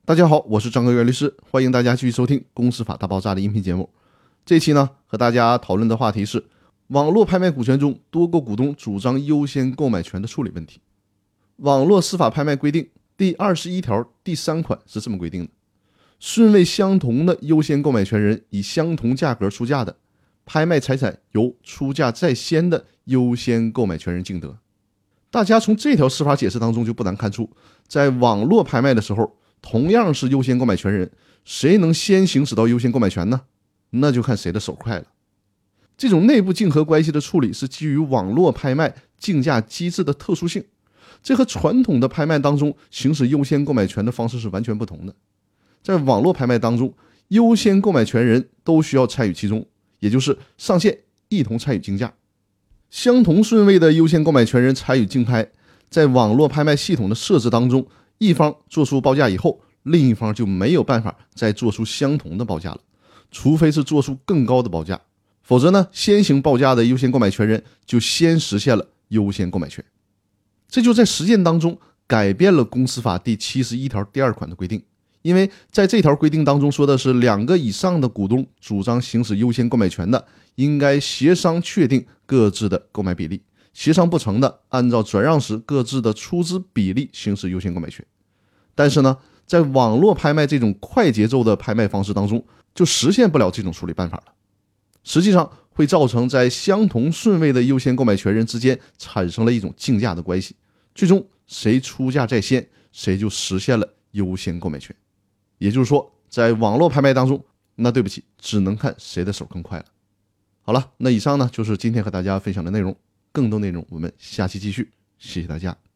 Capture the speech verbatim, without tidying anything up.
大家好，我是张根源律师，欢迎大家继续收听《公司法大爆炸》的音频节目。这期呢，和大家讨论的话题是网络拍卖股权中多个股东主张优先购买权的处理问题。网络司法拍卖规定第二十一条第三款是这么规定的：顺位相同的优先购买权人以相同价格出价的，拍卖财产由出价在先的优先购买权人竞得。大家从这条司法解释当中就不难看出，在网络拍卖的时候，同样是优先购买权人，谁能先行使到优先购买权呢？那就看谁的手快了。这种内部竞合关系的处理是基于网络拍卖竞价机制的特殊性，这和传统的拍卖当中行使优先购买权的方式是完全不同的。在网络拍卖当中，优先购买权人都需要参与其中，也就是上线一同参与竞价。相同顺位的优先购买权人参与竞拍，在网络拍卖系统的设置当中，一方做出报价以后，另一方就没有办法再做出相同的报价了，除非是做出更高的报价，否则呢，先行报价的优先购买权人就先实现了优先购买权。这就在实践当中改变了公司法第七十一条第二款的规定，因为在这条规定当中说的是两个以上的股东主张行使优先购买权的，应该协商确定各自的购买比例，协商不成的，按照转让时各自的出资比例行使优先购买权。但是呢，在网络拍卖这种快节奏的拍卖方式当中，就实现不了这种处理办法了。实际上会造成在相同顺位的优先购买权人之间产生了一种竞价的关系，最终谁出价在先，谁就实现了优先购买权。也就是说，在网络拍卖当中，那对不起，只能看谁的手更快了。好了，那以上呢就是今天和大家分享的内容，更多内容我们下期继续，谢谢大家。